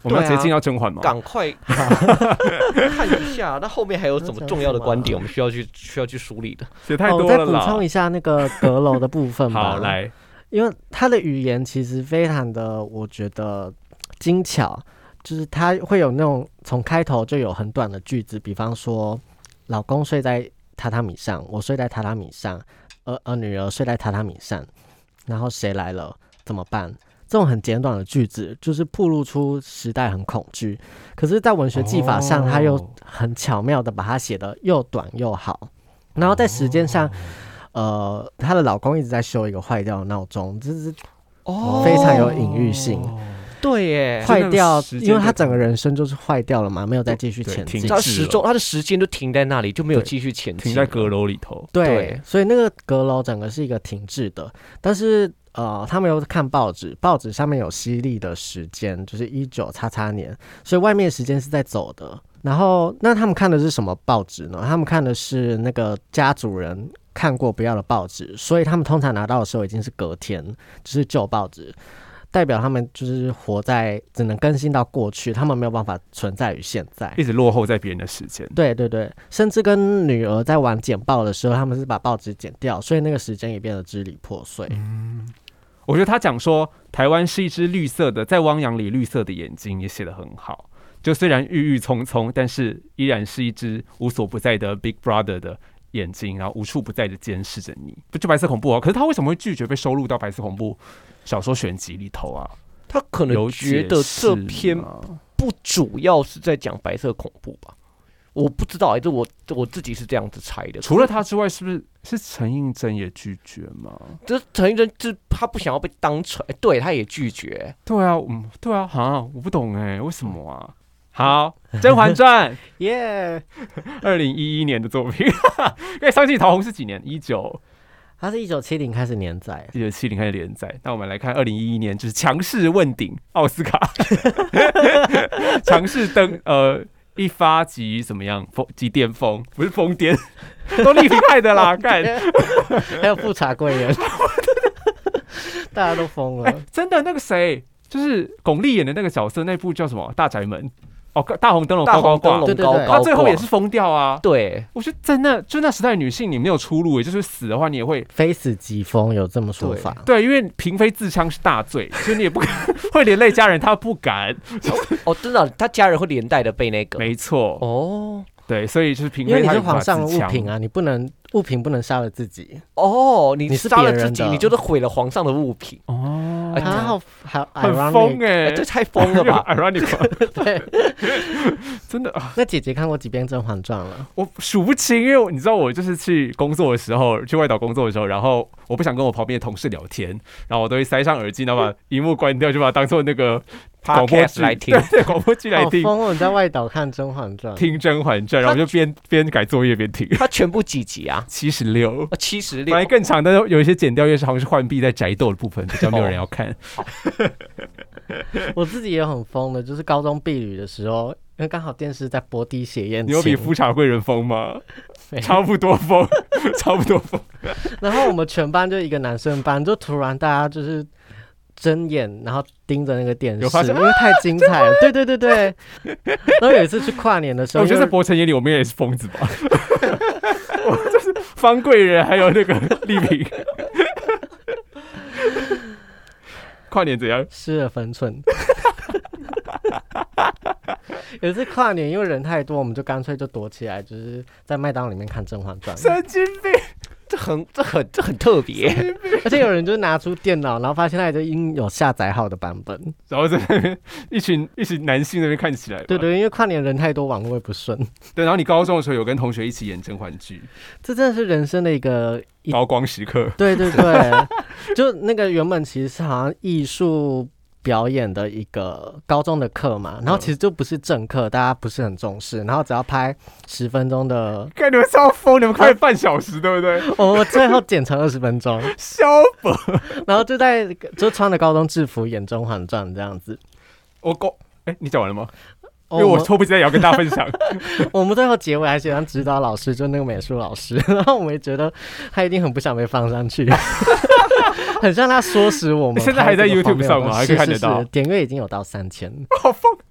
我们要直接进到甄嬛吗？ 赶快看一下，那后面还有什么重要的观点，我们需要去需要去梳理的？ 也太多了啦。 我再补充一下那个阁楼的部分吧。 好，来， 因为他的语言其实非常的，我觉得精巧，就是他会有那种从开头就有很短的句子，比方说，老公睡在榻榻米上，我睡在榻榻米上，而而女儿睡在榻榻米上，然后谁来了怎么办？这种很简短的句子，就是暴露出时代很恐惧。可是，在文学技法上，他又很巧妙的把它写得又短又好。然后在时间上，呃，她的老公一直在修一个坏掉的闹钟，这是非常有隐喻性。 对耶， 坏掉，因为他整个人生就是坏掉了嘛，没有再继续前进。 他时钟，他的时间就停在那里，就没有继续前进， 停在阁楼里头。 对， 对所以那个阁楼整个是一个停滞的，但是。呃，他们又看报纸，报纸上面有西历的时间，就是一九叉叉年，所以外面时间是在走的。然后，那他们看的是什么报纸呢？他们看的是那个家主人看过不要的报纸，所以他们通常拿到的时候已经是隔天，就是旧报纸，代表他们就是活在只能更新到过去，他们没有办法存在于现在， 一直落后在别人的时间。 对对对，甚至跟女儿在玩剪报的时候，他们是把报纸剪掉，所以那个时间也变得支离破碎。 嗯，我觉得他讲说台湾是一只绿色的，在汪洋里绿色的眼睛也写得很好。就虽然郁郁葱葱，但是依然是一只无所不在的 Big Brother 的眼睛，然后无处不在的监视着你。就白色恐怖啊，可是他为什么会拒绝被收录到白色恐怖小说选集里头啊？ 他可能觉得这篇不主要是在讲白色恐怖吧。我不知道哎、欸，这我我自己是这样子猜的。 除了他之外，是不是是陈映真也拒绝吗？ 这陈映真就是他不想要被当成，欸、对，他也拒绝。 对啊，嗯，对啊，哈，我不懂哎、欸，为什么啊？好，《甄嬛传》 耶， 二零一一年的作品。因为《丧尽桃红》是几年？一九， 它是一九七零开始连载， 一九七零开始连载。那我们来看二零一一年，就是强势问鼎奥斯卡，强势登呃。一发即怎么样？疯即巅峰，不是疯癫，都丽萍害的啦！干， 还有富察贵人，大家都疯了、欸。 真的，那个谁，就是巩俐演的那个角色，那部叫什么《大宅门》？哦，大红灯笼高高挂， 对对对， 他最后也是疯掉啊！ 对， 我觉得在那就那时代的女性，你没有出路，也就是死的话，你也会非死即疯，有这么说法？ 对，对因为嫔妃自戕是大罪，所以你也不敢会连累家人，他不敢。 哦，真的，他家人会连带的被那个， 没错。 哦， 对，所以就是嫔妃， 因为你是皇上的物品啊，你不能物品不能杀了自己。 哦，你你是杀了自己，你就是毁了皇上的物品。 哦， 还好，还很疯哎， 这太疯了吧 ！ironic， 对， 真的啊。 那姐姐看过几遍《甄嬛传》了？ 我数不清，因为你知道，我就是去工作的时候，去外岛工作的时候，然后我不想跟我旁边的同事聊天，然后我都会塞上耳机，然后把荧幕关掉，就把它当做那个广播剧来听， 对对，广播剧来听。 好疯哦！你在外岛看《甄嬛传》， 听《甄嬛传》，然后就边边改作业边听。 它全部几集啊？ 七十六， 七十六。 本来更长的有一些剪掉，因为是好像是浣碧在宅斗的部分，比较没有人要看。 我自己也很疯的，就是高中毕旅的时候，因为刚好电视在播《滴血验亲》， 你有比富察贵人疯吗？差不多疯，差不多疯。 然后我们全班就一个男生班，就突然大家就是睁眼，然后盯着那个电视，因为太精彩了。对对对对。然后有一次去跨年的时候， 我觉得在博成眼里，我们也是疯子吧。我就是方贵人，还有那个丽萍。跨年怎样？ 失了分寸。有一次跨年，因为人太多，我们就干脆就躲起来，就是在麦当劳里面看《甄嬛传》。 神经病！ 这很、这很、这很特别。 而且有人就拿出电脑，然后发现他已经有下载好的版本， 然后在那边一群一群男性那边看起来。 对对，因为跨年人太多，网络也不顺。 对，然后你高中的时候有跟同学一起演甄嬛剧， 这真的是人生的一个高光时刻。 对对对，就那个原本其实是好像艺术表演的一个高中的课嘛，然后其实就不是正课，大家不是很重视，然后只要拍十分钟的， 看你们超疯，你们开了半小时，对不对？ 我们最后剪成二十分钟， 消本， 然后就在就穿着高中制服演《甄嬛传》这样子。 我高，哎，你讲完了吗？因为我迫不及待也要跟大家分享。 我们最后结尾还喜欢指导老师，就那个美术老师，然后我们也觉得他一定很不想被放上去。很像他唆使我们。 现在还在 YouTube 上吗？还可以看得到。 是是是，点阅已经有到三千， 好疯！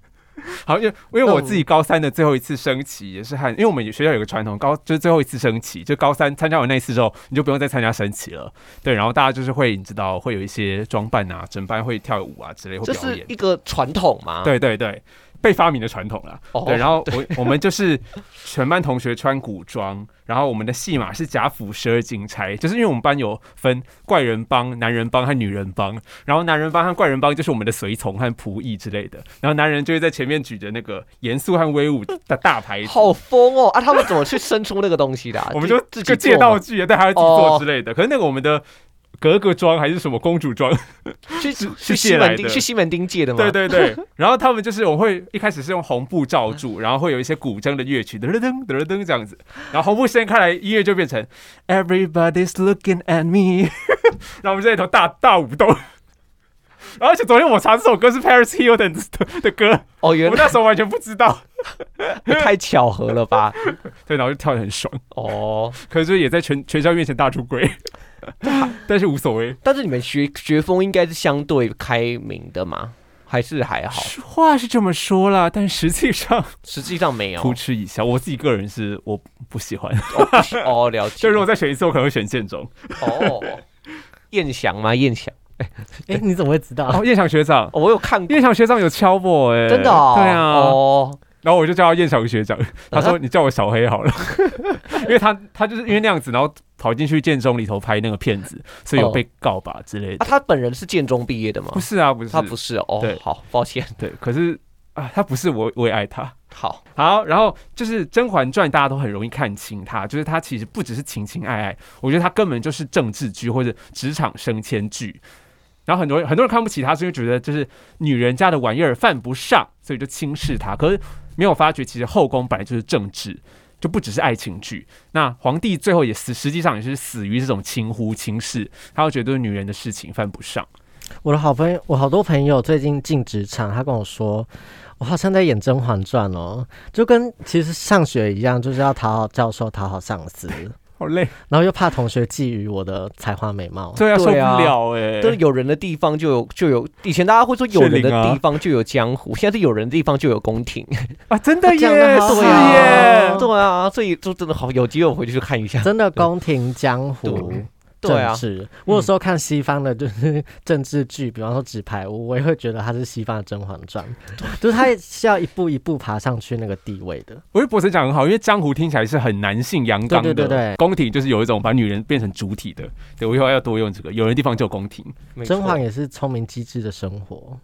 好，因为因为我自己高三的最后一次升旗也是和，因为我们学校有个传统，高就是最后一次升旗，就高三参加完那一次之后，你就不用再参加升旗了。对，然后大家就是会，你知道会有一些装扮啊，整班会跳舞啊之类，会表演。 这是一个传统吗？ 对对对。被发明的传统啦，哦、对，然后我我们就是全班同学穿古装，然后我们的戏码是贾府十二金钗，就是因为我们班有分怪人帮、男人帮和女人帮，然后男人帮和怪人帮就是我们的随从和仆役之类的，然后男人就会在前面举着那个严肃和威武的大牌子， 好疯哦！啊，他们怎么去生出那个东西的、啊？ 我们就自己借道具，但还要自己做之类的。哦、可是那个我们的。格格装还是什么公主装？ 去去西门町去西门町借的吗？ 对对对，然后他们就是我会一开始是用红布罩住，然后会有一些古筝的乐曲，噔噔噔噔这样子，然后红布掀开来，音乐就变成 Everybody's looking at me， 然后我们这一头大大舞动。然后而且昨天我查这首歌是 Paris Hilton 的, 的歌，哦，原来我那时候完全不知道， 太巧合了吧？ 对，然后就跳得很爽哦， 可是也在全全校面前大出轨。但是无所谓。 但是你们学学风应该是相对开明的吗？还是还好？ 话是这么说啦，但实际上实际上没有。 扑哧一笑，我自己个人是我不喜欢。 哦，了解。 就如果再选一次，我可能会选建中。 哦，燕翔吗？燕翔。 哎、欸，你怎么会知道？ 哦，燕翔学长， 哦、我有看过。 燕翔学长有敲我哎、欸， 真的、哦？ 对啊。 哦。 然后我就叫他燕翔学长，他说你叫我小黑好了，因为他他就是因为那样子，然后跑进去建中里头拍那个片子，所以有被告吧之类的。 啊，他本人是建中毕业的吗？ 不是啊，不是， 他不是哦。 对， 好，抱歉。 对，可是啊，他不是我，我也爱他。 好， 好，然后就是《甄嬛传》，大家都很容易看清他，就是他其实不只是情情爱爱，我觉得他根本就是政治剧或者职场升迁剧。然后很多人很多人看不起他，是因为觉得就是女人家的玩意儿犯不上，所以就轻视他。可是没有发觉，其实后宫本来就是政治，就不只是爱情剧。那皇帝最后也死，实际上也是死于这种轻忽轻视，他会觉得女人的事情犯不上。 我的好朋友，我好多朋友最近进职场，他跟我说，我好像在演《甄嬛传》哦，就跟其实上学一样，就是要讨好教授，讨好上司。 好累， 然后又怕同学觊觎我的才华美貌， 对啊，受不了哎、欸！ 就是有人的地方就有就有，以前大家会说有人的地方就有江湖，现在是有人的地方就有宫廷啊，真的耶， 对啊，对啊，所以就真的好，有机会我回去看一下， 真的宫廷江湖。 对啊， 我有时候看西方的就是政治剧，比方说《纸牌屋》，我也会觉得它是西方的《甄嬛传》，就是它是要一步一步爬上去那个地位的。 我觉得博士讲很好，因为江湖听起来是很男性阳刚的， 对对对对， 宫廷就是有一种把女人变成主体的。对，我以后要多用这个，有人的地方就有宫廷。 甄嬛也是聪明机智的生活，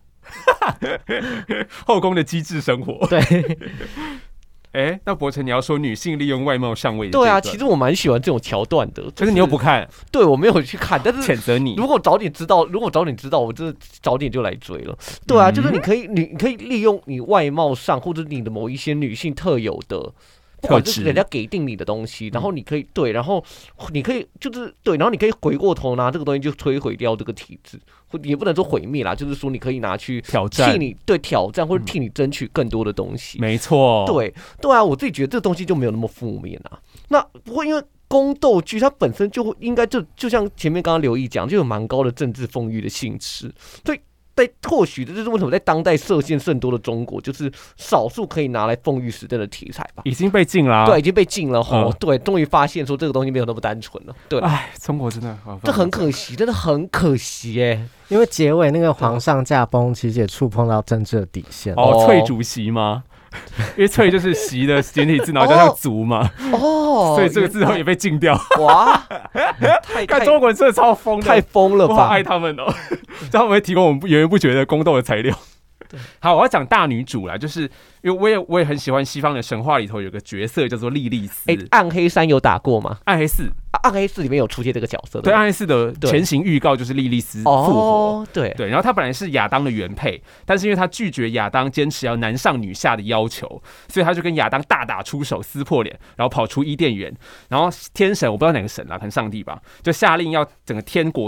后宫的机智生活。 对。 哎、欸，那博成，你要说女性利用外貌上位的， 对啊，其实我蛮喜欢这种桥段的， 可是你又不看， 对我没有去看，但是谴责你。 如果早点知道，如果早点知道，我真的早点就来追了。对啊，嗯、就是你可以，你你可以利用你外貌上或者你的某一些女性特有的。不管是人家给定你的东西，然后你可以对，然后你可以就是对，然后你可以回过头拿这个东西就摧毁掉这个体制，也不能说毁灭啦，就是说你可以拿去挑战， 替你对挑战或者替你争取更多的东西。 没错， 对对啊，我自己觉得这个东西就没有那么负面啊。那不会因为宫斗剧它本身就会应该就就像前面刚刚刘毅讲，就有蛮高的政治风雨的性质，所以。在或许这就是为什么在当代射线甚多的中国，就是少数可以拿来奉御时代的题材吧。 已经被禁了、啊， 对，已经被禁了吼、嗯。对，终于发现说这个东西没有那么单纯了。对， 哎，中国真的， 这很可惜，真的很可惜哎。 因为结尾那个皇上驾崩，其实也触碰到政治的底线。 哦，翠主席吗？因为翠就是席的简体字，然后加上族嘛， 哦， 所以这个字后也被禁掉。 哇，太看中国人真的超疯的， 太疯了吧！ 我好爱他们哦，这样我们会提供我们源源不绝的宫斗的材料。好，我要讲大女主啦，就是因为我也我也很喜欢西方的神话里头有个角色叫做莉莉丝。 哎、欸，暗黑三有打过吗？ 暗黑四、 啊，暗黑四里面有出现这个角色。 对，暗黑四的前行预告就是莉莉丝复活。 哦，对对，然后她本来是亚当的原配，但是因为她拒绝亚当坚持要男上女下的要求，所以她就跟亚当大打出手，撕破脸，然后跑出伊甸园。然后天神我不知道哪个神啦，可能上帝吧，就下令要整个天国去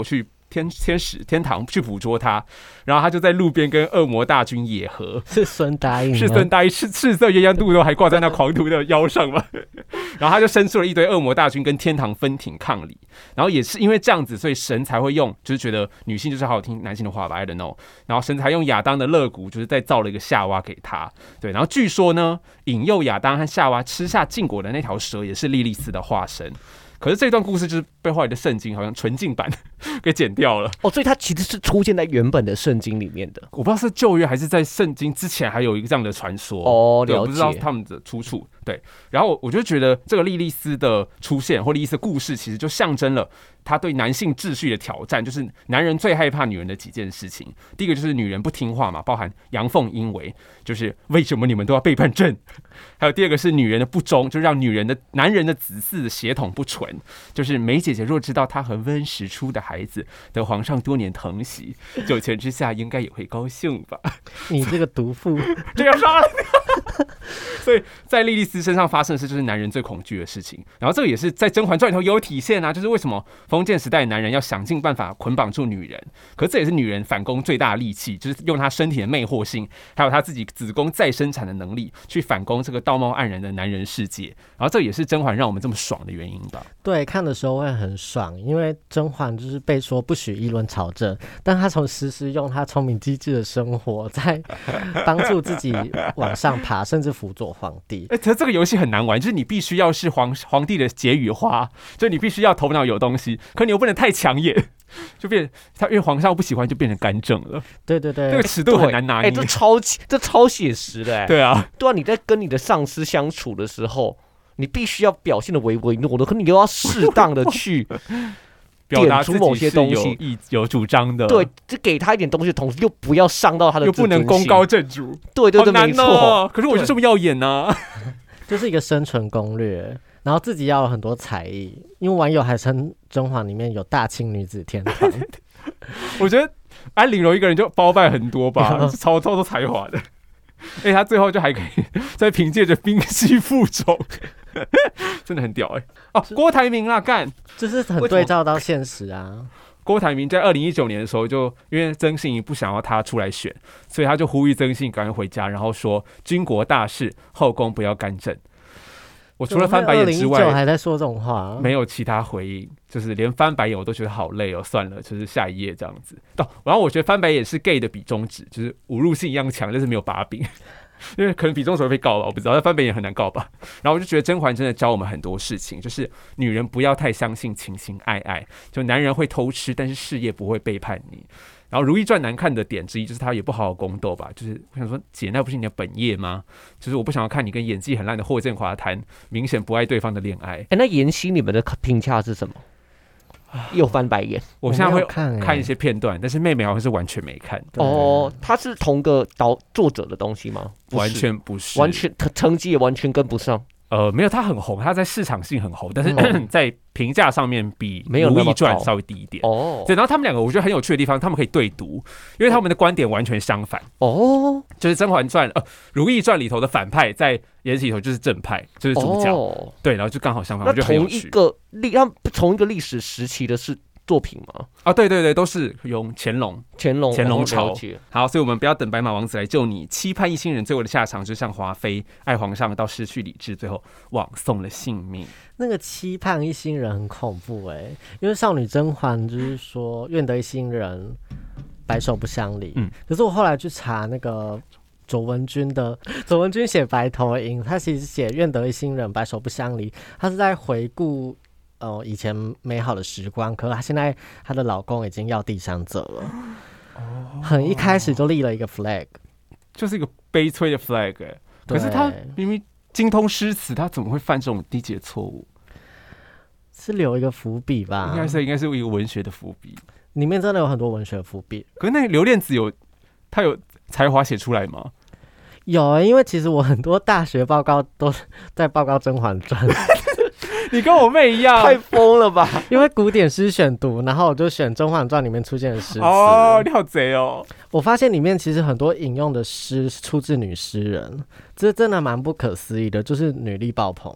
天天使天堂去捕捉他，然后他就在路边跟恶魔大军野合。 是孙答应， 是孙答应，赤赤色鸳鸯肚都还挂在那狂徒的腰上嘛。然后他就生出了一堆恶魔大军跟天堂分庭抗礼。然后也是因为这样子，所以神才会用，就是觉得女性就是好好听男性的话吧 ，I don't know。然后神才用亚当的肋骨，就是再造了一个夏娃给他。对，然后据说呢，引诱亚当和夏娃吃下禁果的那条蛇也是莉莉丝的化身。可是这段故事就是被后来的圣经好像纯净版给剪掉了哦，所以它其实是出现在原本的圣经里面的。 我不知道是旧约还是在圣经之前还有一个这样的传说哦，了解， 我不知道他们的出处。对，然后我就觉得这个莉莉丝的出现或莉莉丝的故事，其实就象征了他对男性秩序的挑战，就是男人最害怕女人的几件事情。第一个就是女人不听话嘛，包含阳奉阴违，就是为什么你们都要背叛朕？还有第二个是女人的不忠，就让女人的男人的子嗣血统不纯，就是梅姐姐若知道她和温实初的孩子得皇上多年疼惜，九泉之下应该也会高兴吧？ 你这个毒妇， 这样杀了你！所以在莉莉丝身上发生的事，就是男人最恐惧的事情。然后这个也是在《甄嬛传》里头也有体现啊，就是为什么封建时代的男人要想尽办法捆绑住女人，可是这也是女人反攻最大的利器，就是用她身体的魅惑性，还有她自己子宫再生产的能力，去反攻这个道貌岸然的男人世界。然后这也是甄嬛让我们这么爽的原因吧？ 对，看的时候会很爽，因为甄嬛就是被说不许议论朝政，但她从时时用她聪明机智的生活，在帮助自己往上爬，甚至辅佐皇帝。 哎、欸，这个游戏很难玩，就是你必须要是皇皇帝的解语花，就你必须要头脑有东西，可你又不能太抢眼，就变他因为皇上不喜欢，就变成干政了。 对对对， 这个尺度很难拿捏。 哎、欸，这超这超写实的哎、欸。 对啊， 对啊，你在跟你的上司相处的时候，你必须要表现的唯唯诺诺，可你又要适当的去表达出某些东西， 有有主张的。 对，就给他一点东西的同时，又不要伤到他的， 又不能功高震主。 对对对， 好难哦、 没错。 可是我就这么耀眼呢、啊， 就是一个生存攻略。然后自己要有很多才艺，因为网友还称甄嬛里面有大清女子天团。 我觉得安陵容一个人就包办很多吧，超超多才华的。而且他最后就还可以再凭借着冰析附中，真的很屌哎、欸！哦，郭台铭啦，干， 就是很对照到现实啊。 郭台铭在二零一九年的时候就，因为曾信怡不想要他出来选，所以他就呼吁曾信赶快回家，然后说军国大事，后宫不要干政。我除了翻白眼之外， 二零一九还在说这种话、啊， 没有其他回应，就是连翻白眼我都觉得好累哦，算了，就是下一页这样子。哦，然后我觉得翻白眼是 gay 的比中指，就是侮辱性一样强，但是没有把柄，因为可能比中指会被告吧，我不知道，但翻白眼很难告吧。然后我就觉得甄嬛真的教我们很多事情，就是女人不要太相信情情爱爱，就男人会偷吃，但是事业不会背叛你。然后《如懿传》难看的点之一就是他也不好好宫斗吧，就是我想说姐那不是你的本业吗？就是我不想要看你跟演技很烂的霍建华谈明显不爱对方的恋爱。 哎、欸，那妍希你们的评价是什么？又翻白眼。 我现在会看、欸、 看一些片段，但是妹妹好像是完全没看。 哦，他是同个导作者的东西吗？ 完全不是， 完全成绩也完全跟不上。 呃，没有，他很红，他在市场性很红，但是、嗯、在评价上面比《 没有如懿传》稍微低一点。 哦， 对，然后他们两个我觉得很有趣的地方，他们可以对读，因为他们的观点完全相反。 哦， 就是《甄嬛传》呃，《如懿传》里头的反派，在《延禧》里头就是正派，就是主角。哦、对，然后就刚好相反，我觉得很有趣。 同一个历，他们同一个历史时期的是作品吗？ 啊，对对对，都是用乾隆、 乾隆、 乾隆朝。好，所以我们不要等白马王子来救你，期盼一心人最后的下场，就像华妃爱皇上到失去理智，最后枉送了性命。 那个期盼一心人很恐怖哎、欸，因为少女甄嬛就是说愿得一心人，白首不相离。嗯，可是我后来去查那个卓文君的，卓文君写白头吟，他其实写愿得一心人，白首不相离，他是在回顾。呃，以前美好的时光，可是她现在她的老公已经要第三者了，哦、很一开始就立了一个 flag， 就是一个悲催的 flag、欸。可是他明明精通诗词，他怎么会犯这种低级的错误？ 是留一个伏笔吧？ 应该是应该是一个文学的伏笔， 里面真的有很多文学伏笔。 可是那刘恋子有他有才华写出来吗？ 有、欸，因为其实我很多大学报告都在报告《甄嬛传》。 你跟我妹一样， 太疯了吧！ 因为古典诗选读，然后我就选《甄嬛传》里面出现的诗词。 哦，你好贼哦！ 我发现里面其实很多引用的诗出自女诗人，这真的蛮不可思议的，就是女力爆棚。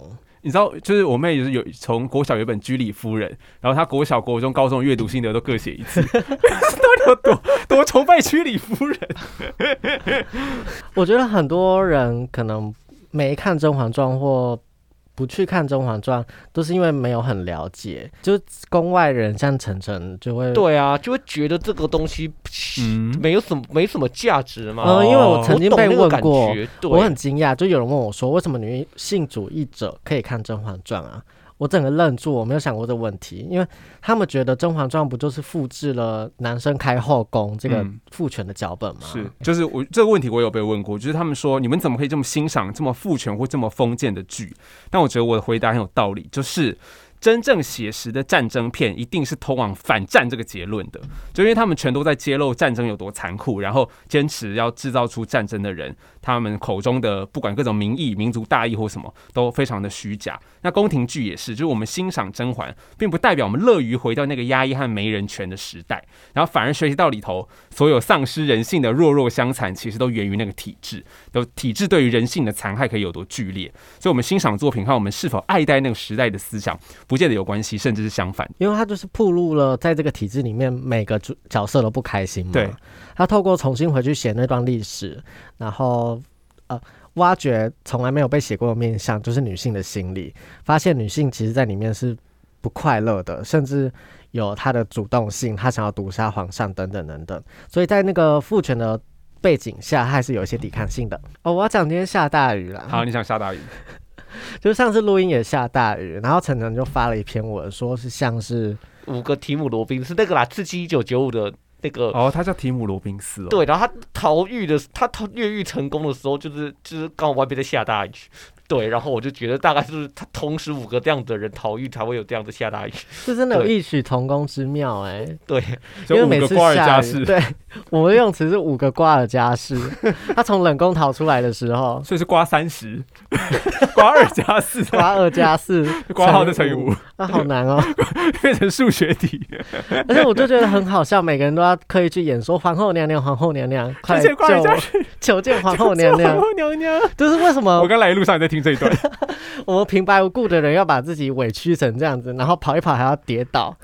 你知道，就是我妹就是有从国小有一本居里夫人，然后她国小、国中、高中阅读心得都各写一次，到底有多多崇拜居里夫人？ 我觉得很多人可能没看《甄嬛传》或不去看《甄嬛传》，都是因为没有很了解。就宫外人像晨晨就会， 对啊，就会觉得这个东西嗯没有什么没什么价值嘛。 呃，因为我曾经被问过， 我我很惊讶，就有人问我说，为什么女性主义者可以看《甄嬛传》啊？我整个愣住，我没有想过这个问题，因为他们觉得《甄嬛传》不就是复制了男生开后宫这个父权的脚本吗？ 嗯、是，就是我这个问题我有被问过，就是他们说你们怎么可以这么欣赏这么父权或这么封建的剧？但我觉得我的回答很有道理，就是真正写实的战争片一定是通往反战这个结论的，就因为他们全都在揭露战争有多残酷，然后坚持要制造出战争的人，他们口中的不管各种民意、民族大义或什么，都非常的虚假。那宫廷剧也是，就是我们欣赏甄嬛，并不代表我们乐于回到那个压抑和没人权的时代，然后反而学习到里头所有丧失人性的弱弱相残，其实都源于那个体制，有体制对于人性的残害可以有多剧烈。所以，我们欣赏作品和我们是否爱戴那个时代的思想，不见得有关系，甚至是相反。 因为他就是暴露了在这个体制里面每个角色都不开心嘛。 对， 他透过重新回去写那段历史，然后呃。挖掘从来没有被写过的面向，就是女性的心理，发现女性其实在里面是不快乐的，甚至有她的主动性，她想要毒杀皇上等等等等。所以在那个父权的背景下，她还是有一些抵抗性的。哦，我要讲今天下大雨了。 好，你想下大雨？ 就是上次录音也下大雨，然后晨晨就发了一篇文，说是像是五个提姆罗宾是那个啦，刺激一九九五的。那个哦，他叫提姆罗宾斯哦。 对，然后他逃狱的，他逃越狱成功的时候，就是就是刚好外面在下大雨。对，然后我就觉得大概是他同时五个这样的人逃狱才会有这样的下大雨， 这真的有异曲同工之妙哎、欸。 对， 因为每次下雨，对，我们的用词是五个瓜尔佳氏，他从冷宫逃出来的时候， 所以是瓜三十，瓜二加四， 瓜二加四， 瓜号再乘以五， 那好难哦， 变成数学题。 而且我就觉得很好笑，每个人都要刻意去演说皇后娘娘，皇后娘娘，快救我，求见皇后娘娘， 皇后娘娘， 就是为什么我刚来的路上也在听这一段。 我们平白无故的人要把自己委屈成这样子，然后跑一跑还要跌倒。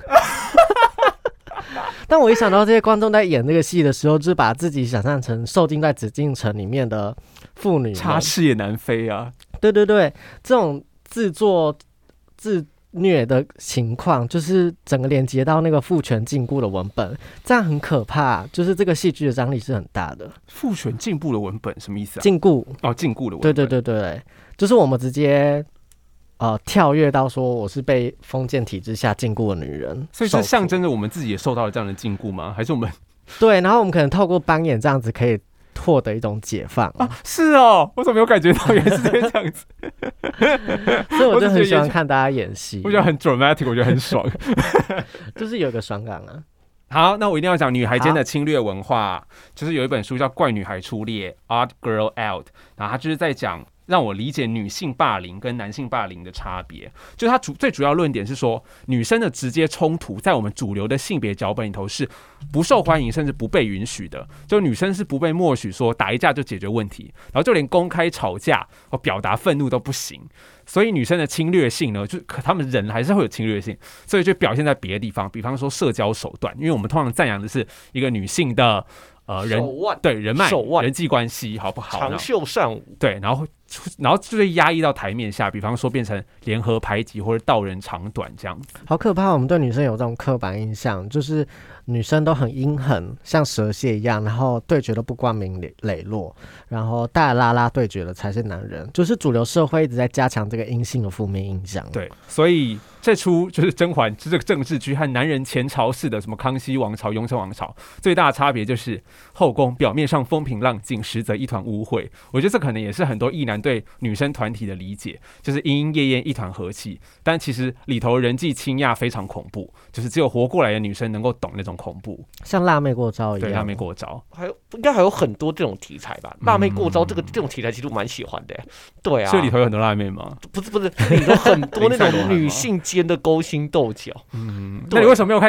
但我一想到这些观众在演这个戏的时候，就是把自己想象成受禁在紫禁城里面的妇女， 插翅也难飞啊！ 对对对，这种自作自虐的情况，就是整个连接到那个父权禁锢的文本，这样很可怕。就是这个戏剧的张力是很大的。 父权禁锢的文本什么意思啊？ 禁锢哦，禁锢的文本。 对对对对对，就是我们直接呃跳跃到说我是被封建体制下禁锢的女人， 所以这象征着我们自己也受到了这样的禁锢吗？还是我们对？然后我们可能透过扮演这样子可以获得一种解放啊？是哦，我怎么没有感觉到原来是这样子？ 所以我就很喜欢看大家演戏， 我觉得很 dramatic， 我觉得很爽， 就是有一个爽感啊。 好，那我一定要讲女孩间的侵略文化，就是有一本书叫《怪女孩出猎》（Odd Girl Out）， 然后它就是在讲让我理解女性霸凌跟男性霸凌的差别。就它主最主要论点是说，女生的直接冲突在我们主流的性别脚本里头是不受欢迎，甚至不被允许的。就女生是不被默许说打一架就解决问题，然后就连公开吵架或表达愤怒都不行。所以女生的侵略性呢，就可他们人还是会有侵略性，所以就表现在别的地方，比方说社交手段，因为我们通常赞扬的是一个女性的呃人对人脉、人际关系好不好？ 长袖善舞， 对，然后然后就会压抑到台面下，比方说变成联合排挤或者道人长短这样子。 好可怕！我们对女生有这种刻板印象，就是女生都很阴狠，像蛇蝎一样，然后对决都不光明磊落，然后大拉拉对决的才是男人，就是主流社会一直在加强这个阴性的负面印象。 对，所以这出就是甄嬛这个政治剧和男人前朝式的什么康熙王朝、雍正王朝最大的差别就是后宫表面上风平浪静，实则一团污秽。我觉得这可能也是很多异男对女生团体的理解，就是莺莺燕燕一团和气，但其实里头人际倾轧非常恐怖，就是只有活过来的女生能够懂那种恐怖， 像辣妹过招一样。 对，辣妹过招， 还有应该还有很多这种题材吧？辣妹过招这个这种题材其实我蛮喜欢的。对啊， 所以里头有很多辣妹吗？ 不是不是，里头很多那种女性间的勾心斗角。 嗯，那你为什么没有看？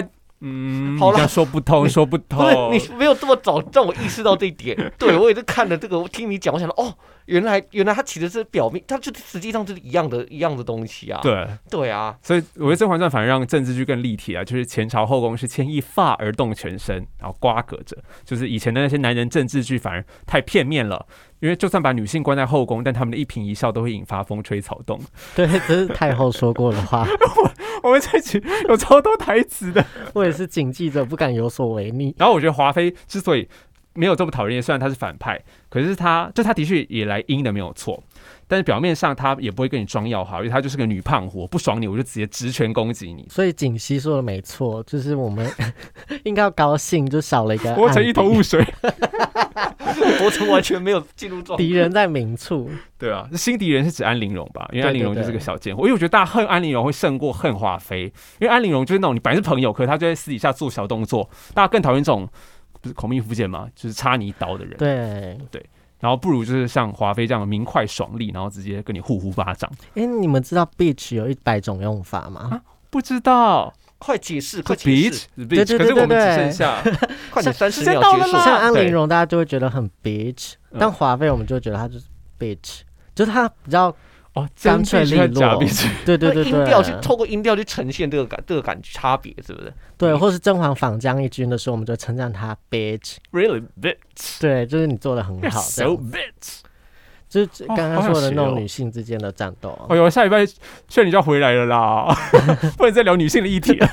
嗯， 好了你这样说不通，说不通。 不是你没有这么早让我意识到这一点。对我也是看了这个，我听你讲，我想到哦，原来原来它其实是表面，它就实际上就是一样的一样的东西啊。 对对啊， 所以我觉得《甄嬛传》反而让政治剧更立体啊，就是前朝后宫是牵一发而动全身，然后瓜葛着，就是以前的那些男人政治剧反而太片面了。因为就算把女性关在后宫，但他们的一颦一笑都会引发风吹草动。 对，这是太后说过的话。 我们这集有超多台词的， 我也是谨记着，不敢有所违逆。 然后我觉得华妃之所以没有这么讨人厌，虽然她是反派，可是她就她的确也来阴的没有错，但是表面上她也不会跟你装要好，因为她就是个女胖虎，不爽你我就直接直拳攻击你。 所以锦溪说的没错，就是我们应该要高兴，就少了一个活成一头雾水。 我从完全没有进入状态。 敌人在明处。 对啊，新敌人是指安陵容吧？因为安陵容就是个小贱货。因为我觉得大家恨安陵容会胜过恨华妃，因为安陵容就是那种你本来是朋友，可是他就在私底下做小动作，大家更讨厌这种不是口蜜腹剑嘛，就是插你一刀的人。 对对，然后不如就是像华妃这样明快爽利，然后直接跟你呼呼巴掌。 哎、欸，你们知道 bitch 有一百种用法吗？ 啊、不知道。 快解释，快解释！ 对对对对对， 可是我们只剩下快点三十秒结束。 像安陵容，大家就会觉得很 bitch， 但华妃我们就觉得她就是 bitch， 就是她比较哦干脆利落。对对对对， 音调去透过音调去呈现这个感这个感觉差别，是不是？ 对，或是甄嬛访江一军的时候，我们就称赞她 bitch，really bitch。 对，就是你做的很好 ，so bitch。 就是刚刚说的那种女性之间的战斗、啊。 哎呦，下礼拜炫你就要回来了啦，不能再聊女性的议题了。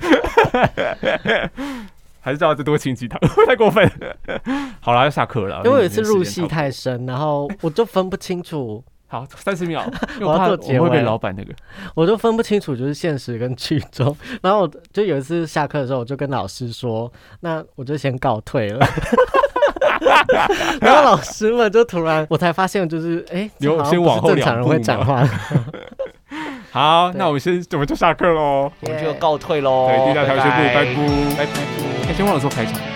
还是叫他多亲几堂，太过分。好啦，要下课了。 因为我有一次入戏太深，然后我就分不清楚。 好，三十秒， 我要做结尾。 我会被老板那个， 我就分不清楚就是现实跟剧中。然后我就有一次下课的时候，我就跟老师说，那我就先告退了。然后老师们就突然，我才发现就是，哎、欸， 先往后两步，正常人会讲话。 好，那我们先，我们就下课喽， 我们就告退喽。 对，地大条学部，拜拜， 拜拜。 先忘了说开场。